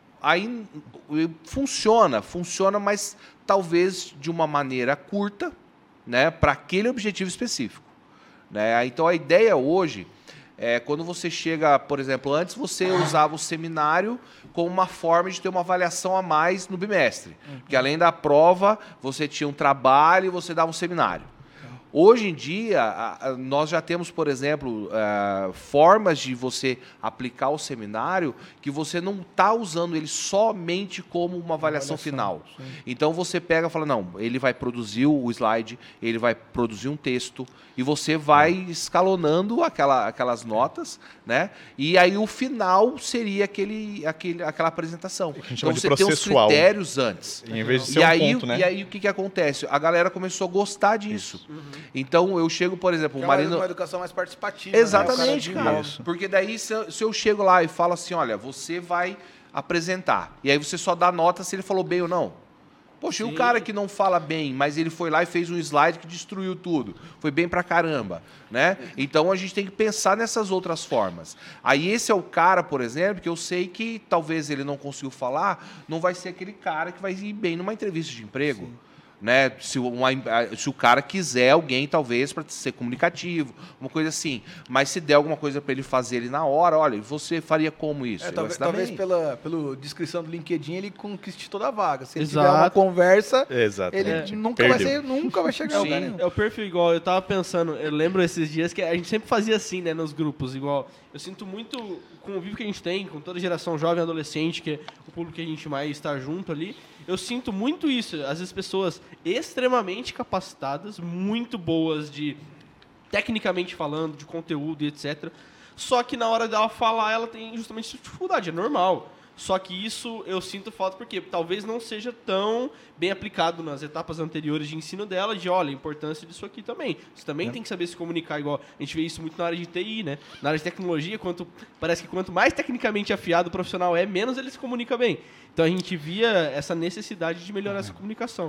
aí funciona, funciona, mas talvez de uma maneira curta, né? Para aquele objetivo específico. Né? Então, a ideia hoje... É, quando você chega, por exemplo, antes você usava o seminário como uma forma de ter uma avaliação a mais no bimestre. Uhum. Porque além da prova, você tinha um trabalho e você dava um seminário. Hoje em dia, a, a, nós já temos, por exemplo, uh, formas de você aplicar o seminário que você não está usando ele somente como uma avaliação, avaliação final. Sim. Então, você pega e fala, não, ele vai produzir o slide, ele vai produzir um texto, e você vai escalonando aquela, aquelas notas, né? E aí o final seria aquele, aquele, aquela apresentação. Então, você tem os critérios antes. Em vez de ser e um aí, ponto, né? E aí, o que, que acontece? A galera começou a gostar disso. Uhum. Então, eu chego, por exemplo... É o Marino... uma educação mais participativa. Exatamente, né? cara. Isso. Porque daí, se eu, se eu chego lá e falo assim, olha, você vai apresentar. E aí você só dá nota se ele falou bem ou não. Poxa, Sim. e o cara que não fala bem, mas ele foi lá e fez um slide que destruiu tudo. Foi bem pra caramba, né? Então, a gente tem que pensar nessas outras formas. Aí, esse é o cara, por exemplo, que eu sei que talvez ele não conseguiu falar, não vai ser aquele cara que vai ir bem numa entrevista de emprego. Sim. Né? Se, uma, se o cara quiser alguém, talvez, para ser comunicativo, uma coisa assim. Mas se der alguma coisa para ele fazer ali na hora, olha, você faria como isso? É, talvez talvez pela, pela descrição do LinkedIn ele conquiste toda a vaga. Se ele Exato. tiver uma conversa, Exato. ele É. nunca, vai ser, nunca vai chegar a lugar nenhum. É o perfil igual, eu tava pensando, eu lembro esses dias que a gente sempre fazia assim, né, nos grupos, igual. Eu sinto muito com o convívio que a gente tem, com toda a geração jovem e adolescente, que é o público que a gente mais está junto ali. Eu sinto muito isso. Às vezes pessoas extremamente capacitadas, muito boas de tecnicamente falando, de conteúdo e etcétera. Só que na hora dela falar, ela tem justamente dificuldade, é normal. Só que isso eu sinto falta porque talvez não seja tão bem aplicado nas etapas anteriores de ensino dela, de olha, a importância disso aqui também. Você também é. tem que saber se comunicar igual. A gente vê isso muito na área de T I, né? Na área de tecnologia, quanto, parece que quanto mais tecnicamente afiado o profissional é, menos ele se comunica bem. Então a gente via essa necessidade de melhorar essa comunicação.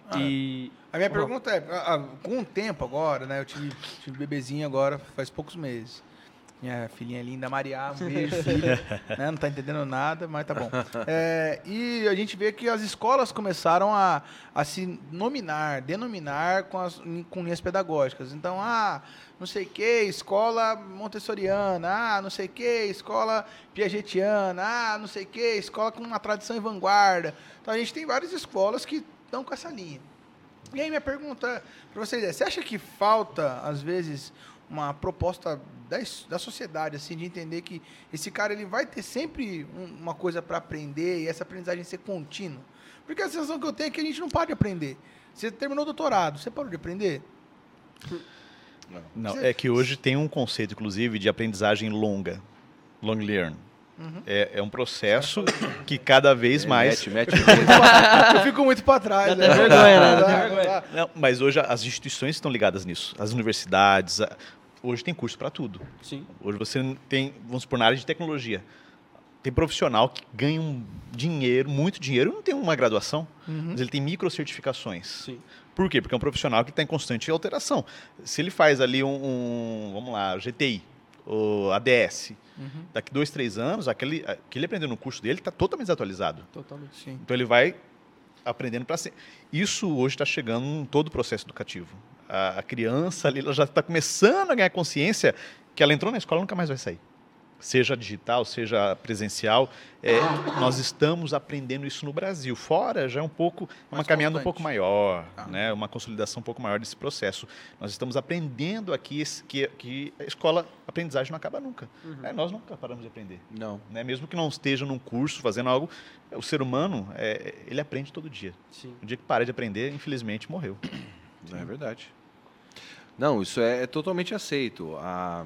Ah, E... A minha pergunta é, ah, ah, com o tempo agora, né? Eu tive, tive bebezinho agora faz poucos meses. Minha filhinha linda, Maria, um beijo, filha. Né? Não tá entendendo nada, mas tá bom. É, e a gente vê que as escolas começaram a, a se nominar, denominar com, as, com linhas pedagógicas. Então, ah, não sei o que, escola montessoriana, ah, não sei o que, escola piagetiana, ah, não sei o que, escola com uma tradição e vanguarda. Então, a gente tem várias escolas que estão com essa linha. E aí minha pergunta para vocês é, você acha que falta, às vezes, uma proposta da, da sociedade, assim, de entender que esse cara ele vai ter sempre um, uma coisa para aprender e essa aprendizagem ser contínua? Porque a sensação que eu tenho é que a gente não para de aprender. Você terminou o doutorado, você parou de aprender? Não, é que hoje tem um conceito, inclusive, de aprendizagem longa, long learn. Uhum. É, é um processo que cada vez É, mais... Mete, mete mesmo. Eu fico muito para trás. Dá até vergonha, né? Dá até Tá, vergonha. tá. Não, mas hoje as instituições estão ligadas nisso. As universidades, a- hoje tem curso para tudo. Sim. Hoje você tem, vamos supor, na área de tecnologia, tem profissional que ganha um dinheiro, muito dinheiro, e não tem uma graduação, mas ele tem microcertificações. Sim. Por quê? Porque é um profissional que está em constante alteração. Se ele faz ali um, um, vamos lá, G T I, ou A D S, Uhum. daqui dois, três anos, aquele, que ele aprendeu no curso dele está totalmente desatualizado. Totalmente. Sim. Então ele vai aprendendo para sempre. Isso hoje está chegando em todo o processo educativo. A, a criança ali ela já está começando a ganhar consciência que ela entrou na escola e nunca mais vai sair. Seja digital, seja presencial, é, nós estamos aprendendo isso no Brasil. Fora já é um pouco, uma Mais caminhada um constante. pouco maior, Ah. né, uma consolidação um pouco maior desse processo. Nós estamos aprendendo aqui esse- que, que a escola, a aprendizagem não acaba nunca. É, nós nunca paramos de aprender. Não. Né? Mesmo que não esteja num curso fazendo algo, o ser humano, é, ele aprende todo dia. Sim. O dia que para de aprender, infelizmente, morreu. É verdade. Não, isso é, é totalmente aceito. Ah,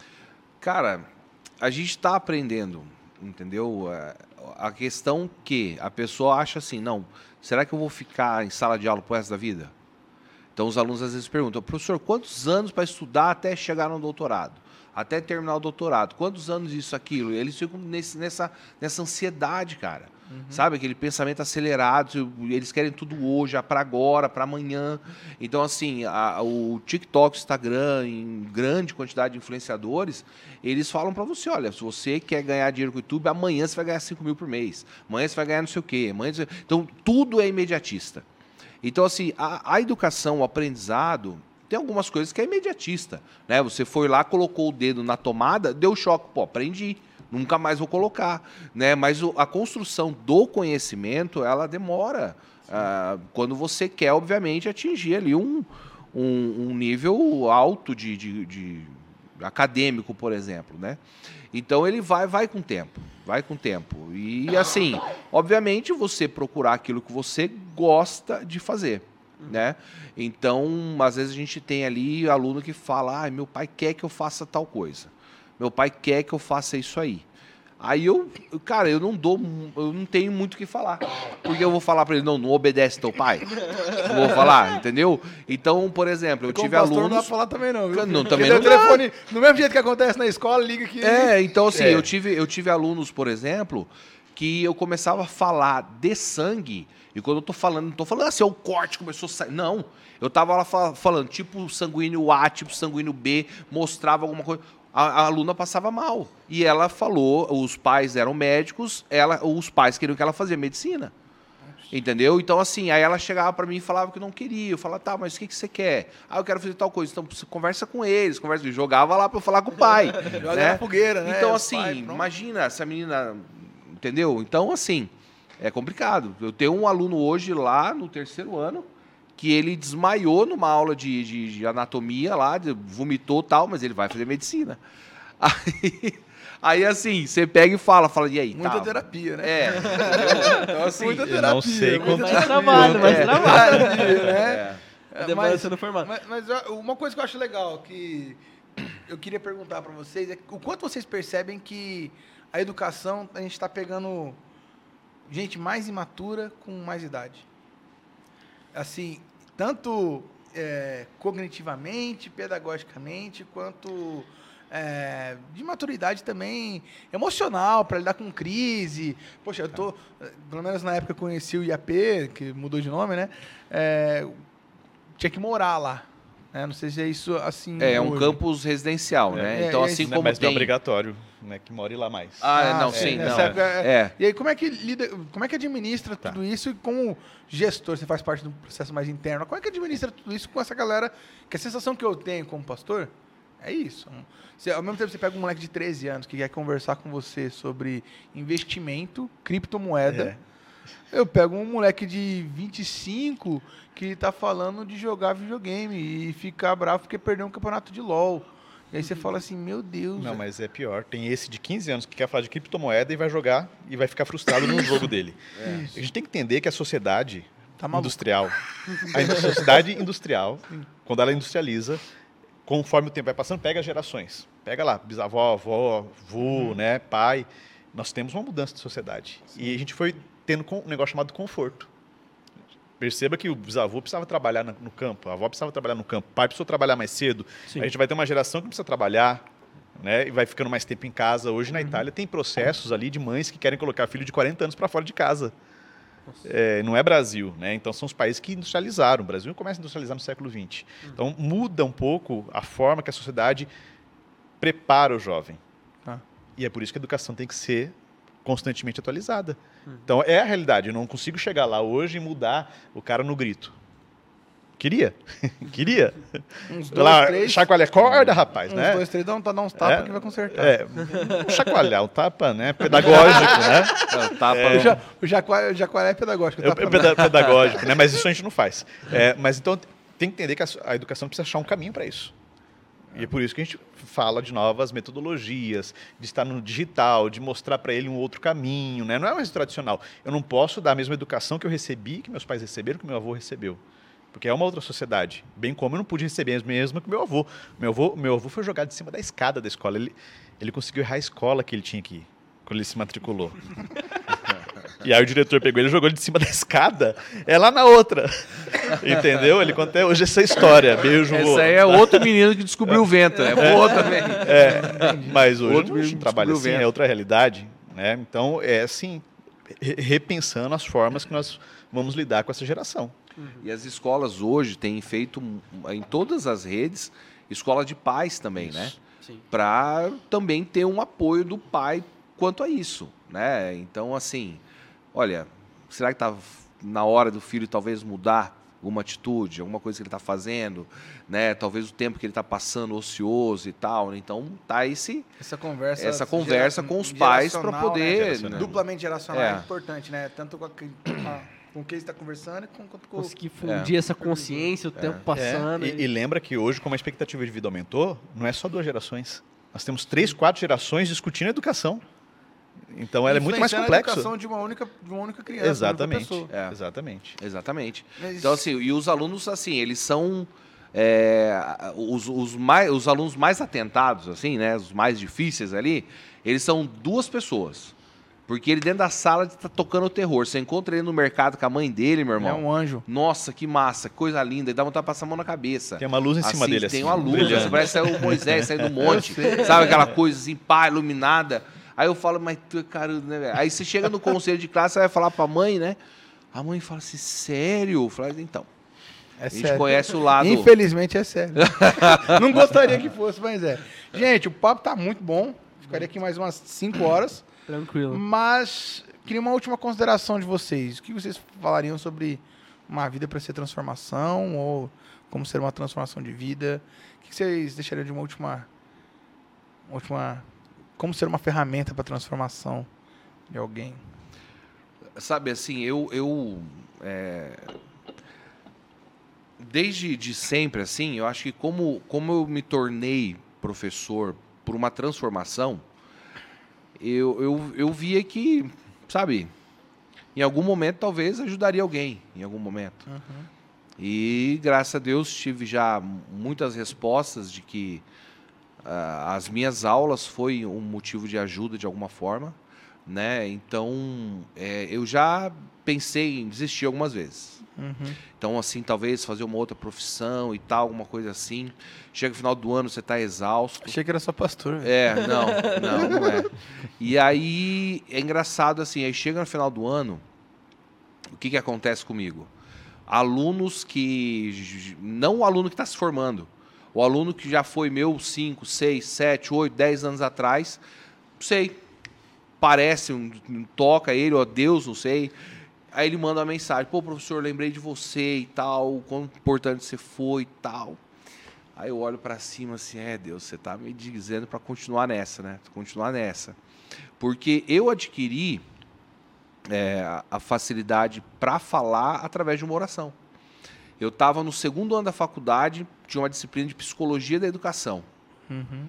cara, a gente está aprendendo, entendeu? A, a questão que a pessoa acha assim, não, será que eu vou ficar em sala de aula pro resto da vida? Então os alunos às vezes perguntam, professor, quantos anos para estudar até chegar no doutorado? Até terminar o doutorado? Quantos anos isso, aquilo? E eles ficam nesse, nessa, nessa ansiedade, cara. Sabe? Aquele pensamento acelerado, eles querem tudo hoje, para agora, para amanhã. Então, assim, a- o TikTok, o Instagram, em grande quantidade de influenciadores, eles falam para você, olha, se você quer ganhar dinheiro com o YouTube, amanhã você vai ganhar cinco mil por mês. Amanhã você vai ganhar não sei o quê. Amanhã você... Então, tudo é imediatista. Então, assim, a, a educação, o aprendizado, tem algumas coisas que é imediatista. Né? Você foi lá, colocou o dedo na tomada, deu choque, pô, aprendi. Nunca mais vou colocar, né? Mas o- a construção do conhecimento, ela demora. Ah, quando você quer, obviamente, atingir ali um, um, um nível alto de, de- de acadêmico, por exemplo, né? Então ele vai, vai com o tempo, vai com o tempo. E assim, obviamente, você procurar aquilo que você gosta de fazer, né? Então, às vezes a gente tem ali aluno que fala, ah, meu pai quer que eu faça tal coisa. Meu pai quer que eu faça isso aí. Aí eu, eu- cara, eu não dou, eu não tenho muito o que falar. Porque eu vou falar para ele, não, não obedece teu pai. Não vou falar, entendeu? Então, por exemplo, eu Como tive pastor não dá alunos... pra falar também não, viu? Não, Porque também deu não dá. telefone, no mesmo jeito que acontece na escola, liga aqui. É, então assim, É. eu, tive, eu tive alunos, por exemplo, que eu começava a falar de sangue, e quando eu tô falando, não tô falando assim, o corte começou a sair. Não. Eu tava lá fa- falando, tipo sanguíneo A, tipo sanguíneo B, mostrava alguma coisa. A, a aluna passava mal. E ela falou, os pais eram médicos, ela, os pais queriam que ela fazia medicina. Entendeu? Então, assim, aí ela chegava para mim e falava que não queria. Eu falava, tá, mas o que, que você quer? Ah, eu quero fazer tal coisa. Então, você conversa com eles, conversa. Jogava lá para eu falar com o pai. Joga né? na fogueira, né? Então, Os assim, pais, pronto. imagina essa menina, entendeu? Então, assim, é complicado. Eu tenho um aluno hoje lá no terceiro ano que ele desmaiou numa aula de, de, de anatomia lá, de- vomitou e tal, mas ele vai fazer medicina. Aí, aí, assim, você pega e fala, fala, e aí? Muita tá, terapia, né? É, entendeu? Então, assim, Muita eu terapia. não sei muita quanto- Mais terapia, trabalho, mais É. trabalho. terapia, né? é. É, Demora mas- sendo formado. Mas, mas, ó, uma coisa que eu acho legal, que eu queria perguntar para vocês, é o quanto vocês percebem que a educação, a gente está pegando gente mais imatura com mais idade. Assim, tanto é, cognitivamente, pedagogicamente, quanto é, de maturidade também emocional para lidar com crise. Poxa, eu tô, pelo menos na época eu conheci o I A P, que mudou de nome, né? É, tinha que morar lá. Né? Não sei se é isso assim. É, é um hoje. campus residencial, né? É, então, é assim isso. como Mas não tem... é obrigatório, né? Que more lá mais. Ah, não, é, sim, nessa não. época, é. É. E aí, como é que lida, como é que administra Tá. tudo isso como gestor? Você faz parte do processo mais interno. Como é que administra tudo isso com essa galera? Que a sensação que eu tenho como pastor é isso. Você, ao mesmo tempo, você pega um moleque de treze anos que quer conversar com você sobre investimento, criptomoeda. É. Eu pego um moleque de vinte e cinco que tá falando de jogar videogame e ficar bravo porque perdeu um campeonato de LoL. E aí você fala assim, meu Deus. Não, mas é pior. Tem esse de quinze anos que quer falar de criptomoeda e vai jogar e vai ficar frustrado no jogo dele. A gente tem que entender que a sociedade Tá maluco. industrial, a indus- sociedade industrial, quando ela industrializa, conforme o tempo vai passando, pega gerações. Pega lá, bisavó, avó, avô, né, pai. Nós temos uma mudança de sociedade. E a gente foi tendo com- um negócio chamado conforto. Perceba que o bisavô precisava trabalhar na- no campo, a avó precisava trabalhar no campo, o pai precisou trabalhar mais cedo. Sim. A gente vai ter uma geração que precisa trabalhar, né, e vai ficando mais tempo em casa. Hoje na Itália tem processos ali de mães que querem colocar filho de quarenta anos para fora de casa. É, não é Brasil, né? Então são os países que industrializaram. O Brasil começa a industrializar no século vinte. Então muda um pouco a forma que a sociedade prepara o jovem. Tá. E é por isso que a educação tem que ser constantemente atualizada. Então é a realidade. Eu não consigo chegar lá hoje e mudar o cara no grito. Queria, queria. Uns dois, Lá, três. chacoalha, acorda, rapaz, Uns né? dois, três, dá um, dá uns tapas É, que vai consertar. É, um chacoalhar, um tapa, né? Pedagógico, né? É, o tapa O, no- ja, o jacuá- o jacuaré é pedagógico. É, tapa é não. peda- pedagógico, né? Mas isso a gente não faz. É, mas então tem que entender que a, a educação precisa achar um caminho para isso. E é por isso que a gente fala de novas metodologias, de estar no digital, de mostrar para ele um outro caminho, né? Não é mais tradicional. Eu não posso dar a mesma educação que eu recebi, que meus pais receberam, que meu avô recebeu. Porque é uma outra sociedade. Bem como eu não pude receber a mesma que meu avô. Meu avô, meu avô foi jogado de cima da escada da escola. Ele, ele conseguiu errar a escola que ele tinha que ir, quando ele se matriculou. E aí o diretor pegou ele e jogou ele de cima da escada. É lá na outra. Entendeu? Ele conta até hoje essa história. Beijo, vô. Esse aí é outro menino que descobriu o vento, né? Boa também. É, mas hoje Outro não menino trabalha descobriu o assim, vento. é outra realidade. Né? Então, é assim, re- repensando as formas que nós vamos lidar com essa geração. E as escolas hoje têm feito, em todas as redes, escola de pais também, né? Sim. Para também ter um apoio do pai quanto a isso, né? Então, assim, olha, será que está na hora do filho talvez mudar alguma atitude, alguma coisa que ele está fazendo, né? Talvez o tempo que ele está passando ocioso e tal, né? Então, tá esse, Essa conversa, essa conversa gera- com os pais para geracional, poder... Geracional. né? Duplamente geracional é. É. importante, né? Tanto com, a, com, a, com quem está conversando e com, quanto com Conseguir fundir essa consciência, o tempo passando. É, e, e lembra que hoje, como a expectativa de vida aumentou, não é só duas gerações. Nós temos três, quatro gerações discutindo educação. Então, ela é muito mais influenciando a complexa. educação de uma única, de uma única criança. Exatamente. Uma única pessoa. É. Exatamente. Exatamente. Mas- Então, assim, e os alunos, assim, eles são é, os, os, mais, os alunos mais atentados, assim, né? Os mais difíceis ali, eles são duas pessoas. Porque ele dentro da sala está tocando o terror. Você encontra ele no mercado com a mãe dele, meu Ele é irmão. um anjo. Nossa, que massa, que coisa linda. E dá vontade de passar a mão na cabeça. Tem uma luz em cima Assim, dele, tem assim, uma luz, brilhando. assim, parece o Moisés saindo do monte. Sabe aquela coisa assim, pá, iluminada. Aí eu falo, mas tu é carudo, né, velho? Aí você chega no conselho de classe, você vai falar pra mãe, né? A mãe fala assim, sério? Eu falo, então, É a gente sério. conhece o lado... Infelizmente é sério. Não gostaria que fosse, mas é. Gente, o papo tá muito bom. Ficaria aqui mais umas cinco horas. Tranquilo. Mas queria uma última consideração de vocês. O que vocês falariam sobre uma vida para ser transformação ou como ser uma transformação de vida? O que vocês deixariam de uma última, uma última, como ser uma ferramenta para transformação de alguém? Sabe, assim, eu... eu é, desde de sempre, assim, eu acho que como, como eu me tornei professor por uma transformação, eu, eu, eu via que, sabe, em algum momento talvez ajudaria alguém, em algum momento. E, graças a Deus, tive já muitas respostas de que ah, as minhas aulas foi um motivo de ajuda de alguma forma, né? Então, é, eu já pensei em desistir algumas vezes. Uhum. Então, assim, talvez fazer uma outra profissão e tal, alguma coisa assim. Chega no final do ano, você tá exausto. Achei que era só pastor. velho. É, não, não, não é. E aí, é engraçado assim, aí chega no final do ano, o que que acontece comigo? Alunos que, não o aluno que está se formando, o aluno que já foi meu cinco, seis, sete, oito, dez anos atrás, não sei, parece, um, um, toca ele, ó Deus, não sei, aí ele manda uma mensagem, pô professor, lembrei de você e tal, o quão importante você foi e tal. Aí eu olho para cima assim, é Deus, você tá me dizendo para continuar nessa, né? Continuar nessa. Porque eu adquiri é, a facilidade para falar através de uma oração. Eu estava no segundo ano da faculdade, tinha uma disciplina de psicologia da educação. Uhum.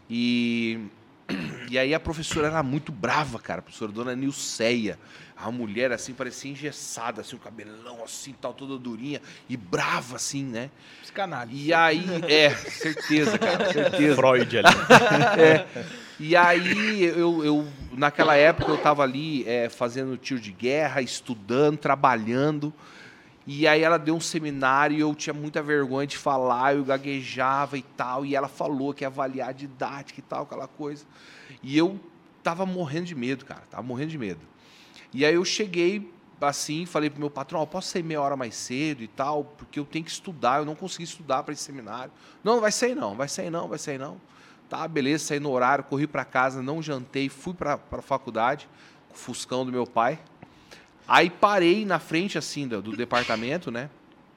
E, e aí a professora era muito brava, cara, a professora Dona Nilceia. A mulher, assim, parecia engessada, assim, o cabelão, assim, tal, toda durinha, e brava, assim, né? Psicanálise. E aí, é, certeza, cara, certeza. Freud ali. É. E aí, eu, eu, naquela época, eu estava ali é, fazendo tiro de guerra, estudando, trabalhando. E aí ela deu um seminário e eu tinha muita vergonha de falar, eu gaguejava e tal. E ela falou que ia avaliar a didática e tal, aquela coisa. E eu tava morrendo de medo, cara, tava morrendo de medo. E aí eu cheguei assim, falei pro meu patrão, oh, posso sair meia hora mais cedo e tal, porque eu tenho que estudar, eu não consegui estudar para esse seminário. Não, não vai sair não, vai sair não, vai sair não. Tá, beleza, saí no horário, corri para casa, não jantei, fui para a faculdade, com o Fuscão do meu pai. Aí parei na frente assim do, do departamento, né?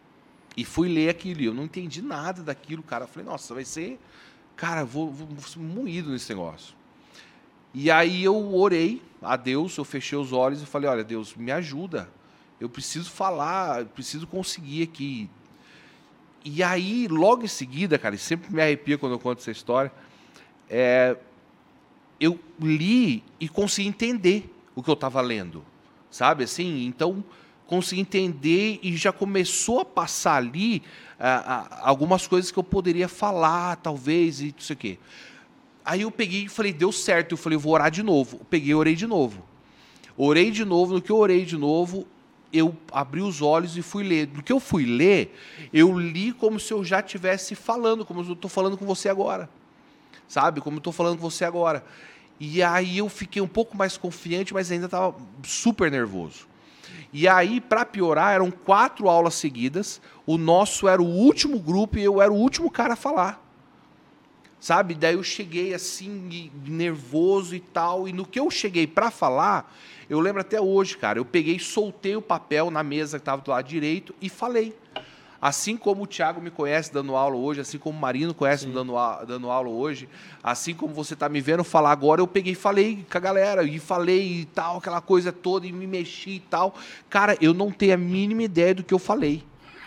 E fui ler aquilo. E eu não entendi nada daquilo, cara. Eu falei, nossa, vai ser... Cara, eu vou, vou, vou ser moído nesse negócio. E aí eu orei a Deus, eu fechei os olhos e falei, olha, Deus, me ajuda. Eu preciso falar, eu preciso conseguir aqui. E aí, logo em seguida, cara, e sempre me arrepia quando eu conto essa história, é, eu li e consegui entender o que eu estava lendo. Sabe, assim? Então, consegui entender e já começou a passar ali ah, ah, algumas coisas que eu poderia falar, talvez, e não sei o quê. Aí eu peguei e falei, deu certo. Eu falei, vou orar de novo. Eu peguei e orei de novo. Orei de novo. No que eu orei de novo, eu abri os olhos e fui ler. No que eu fui ler, eu li como se eu já estivesse falando, como eu estou falando com você agora. Sabe? Como eu estou falando com você agora. E aí eu fiquei um pouco mais confiante, mas ainda estava super nervoso. E aí, para piorar, eram quatro aulas seguidas. O nosso era o último grupo e eu era o último cara a falar. Sabe? Daí eu cheguei assim, nervoso e tal. E no que eu cheguei para falar, eu lembro até hoje, cara, eu peguei, soltei o papel na mesa que estava do lado direito e falei. Assim como o Thiago me conhece dando aula hoje, assim como o Marino conhece me dando, dando aula hoje, assim como você está me vendo falar agora, eu peguei e falei com a galera, e falei e tal, aquela coisa toda, e me mexi e tal. Cara, eu não tenho a mínima ideia do que eu falei.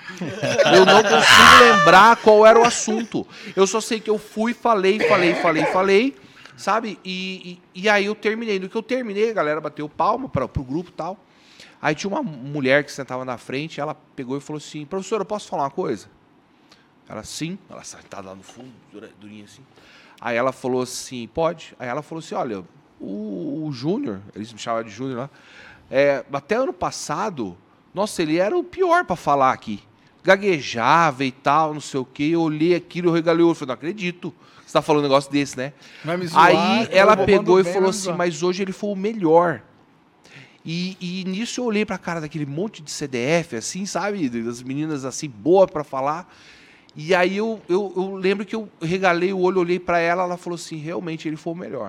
Eu não consigo lembrar qual era o assunto. Eu só sei que eu fui, falei, falei, falei, falei, sabe? E, e, e aí eu terminei. No que eu terminei, a galera bateu palma para o grupo e tal. Aí tinha uma mulher que sentava na frente, ela pegou e falou assim, professor, eu posso falar uma coisa? Ela, sim. Ela sentada lá no fundo, durinha assim. Aí ela falou assim, pode? Aí ela falou assim, olha, o, o Júnior, eles me chamavam de Júnior lá, é, até ano passado, nossa, ele era o pior para falar aqui. Gaguejava e tal, não sei o quê. Eu olhei aquilo, eu regalei o olho. Falei, não acredito que você está falando um negócio desse, né? Vai me zoar, aí ela pegou e bem, falou vai me assim, zoar. mas hoje ele foi o melhor. E, e nisso eu olhei para a cara daquele monte de C D F, assim, sabe? Das meninas assim, boas para falar. E aí eu, eu, eu lembro que eu regalei o olho, olhei para ela, ela falou assim, realmente ele foi o melhor.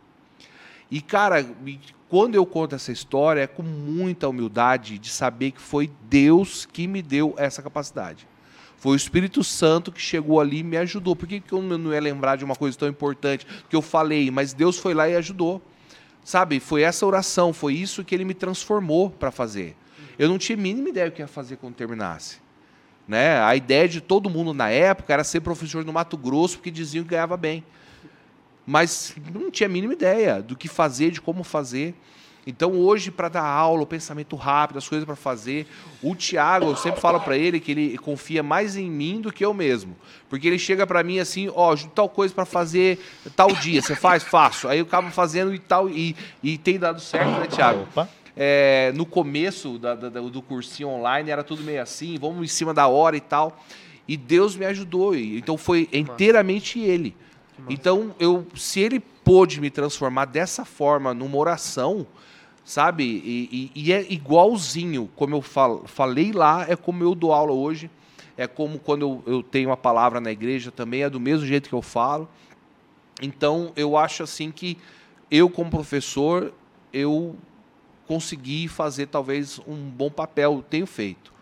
E, cara, quando eu conto essa história, é com muita humildade de saber que foi Deus que me deu essa capacidade. Foi o Espírito Santo que chegou ali e me ajudou. Por que que eu não ia lembrar de uma coisa tão importante que eu falei? Mas Deus foi lá e ajudou. Sabe, foi essa oração, foi isso que ele me transformou para fazer. Eu não tinha a mínima ideia do que ia fazer quando terminasse. Né? A ideia de todo mundo na época era ser professor no Mato Grosso, porque diziam que ganhava bem. Mas não tinha a mínima ideia do que fazer, de como fazer. Então, hoje, para dar aula, o pensamento rápido, as coisas para fazer, o Thiago, eu sempre falo para ele que ele confia mais em mim do que eu mesmo. Porque ele chega para mim assim, ó, oh, tal coisa para fazer tal dia, você faz? Faço. Aí eu acabo fazendo e tal, e, e tem dado certo, né, Thiago? Opa. é, no começo da, da, do cursinho online, era tudo meio assim, vamos em cima da hora e tal. E Deus me ajudou. E, então foi inteiramente Ele. Então, eu, se Ele pôde me transformar dessa forma numa oração, sabe? E, e, e é igualzinho, como eu fal, falei lá, é como eu dou aula hoje. É como quando eu, eu tenho uma palavra na igreja também, é do mesmo jeito que eu falo. Então, eu acho assim que eu, como professor, eu consegui fazer talvez um bom papel, tenho feito.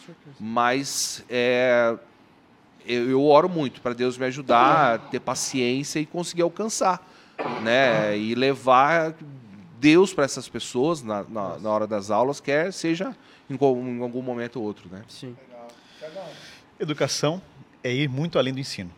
Mas é, eu, eu oro muito para Deus me ajudar a ter paciência e conseguir alcançar, né? E levar Deus para essas pessoas na, na, na hora das aulas, quer seja em, em algum momento ou outro, né? Sim. Educação é ir muito além do ensino.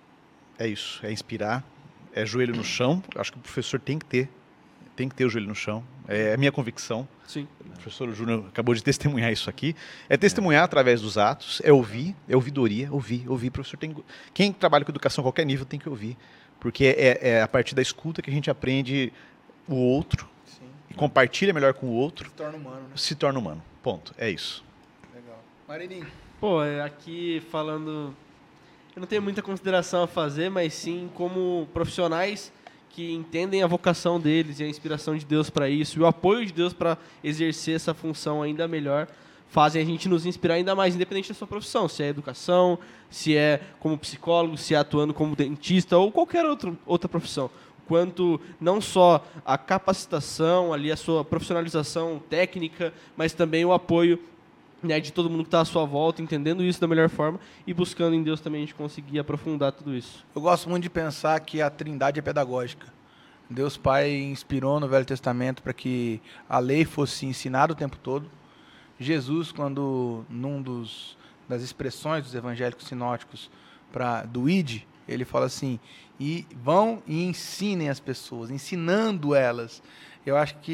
É isso, é inspirar, é joelho no chão. Acho que o professor tem que ter, tem que ter o joelho no chão. É a minha convicção. Sim. O professor Júnior acabou de testemunhar isso aqui. É testemunhar através dos atos, é ouvir, é ouvidoria, ouvir, ouvir. O professor tem, quem trabalha com educação a qualquer nível tem que ouvir, porque é, é a partir da escuta que a gente aprende o outro. Sim. E compartilha melhor com o outro. Se torna humano, né? Se torna humano. Ponto. É isso. Legal. Marininho. Pô, aqui falando... Eu não tenho muita consideração a fazer, mas sim como profissionais que entendem a vocação deles e a inspiração de Deus para isso, e o apoio de Deus para exercer essa função ainda melhor, fazem a gente nos inspirar ainda mais, independente da sua profissão, se é educação, se é como psicólogo, se é atuando como dentista ou qualquer outro, outra profissão. Quanto não só a capacitação, ali, a sua profissionalização técnica, mas também o apoio, né, de todo mundo que está à sua volta, entendendo isso da melhor forma e buscando em Deus também a gente conseguir aprofundar tudo isso. Eu gosto muito de pensar que a Trindade é pedagógica. Deus Pai inspirou no Velho Testamento para que a lei fosse ensinada o tempo todo. Jesus, quando num dos das expressões dos evangélicos sinóticos para do I D, ele fala assim: e vão e ensinem as pessoas, ensinando elas. Eu acho que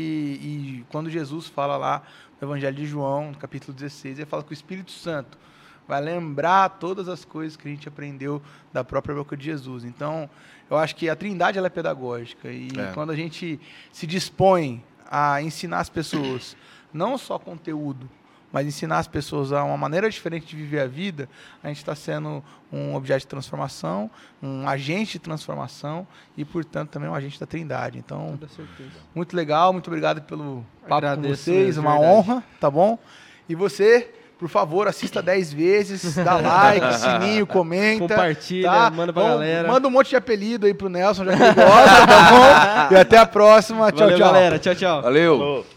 e quando Jesus fala lá no Evangelho de João, no capítulo dezesseis, ele fala que o Espírito Santo vai lembrar todas as coisas que a gente aprendeu da própria boca de Jesus. Então, eu acho que a Trindade ela é pedagógica. E é. quando a gente se dispõe a ensinar as pessoas, não só conteúdo, mas ensinar as pessoas a uma maneira diferente de viver a vida, a gente está sendo um objeto de transformação, um agente de transformação e, portanto, também um agente da Trindade. Então, muito legal, muito obrigado pelo papo Agradeço, com vocês, uma verdade. honra, tá bom? E você, por favor, assista dez vezes, dá like, sininho, comenta. Compartilha, tá? manda pra Bom, galera. Manda um monte de apelido aí pro Nelson, já que ele gosta, tá bom? E até a próxima. Tchau, Valeu, tchau. galera. Tchau, tchau. Valeu.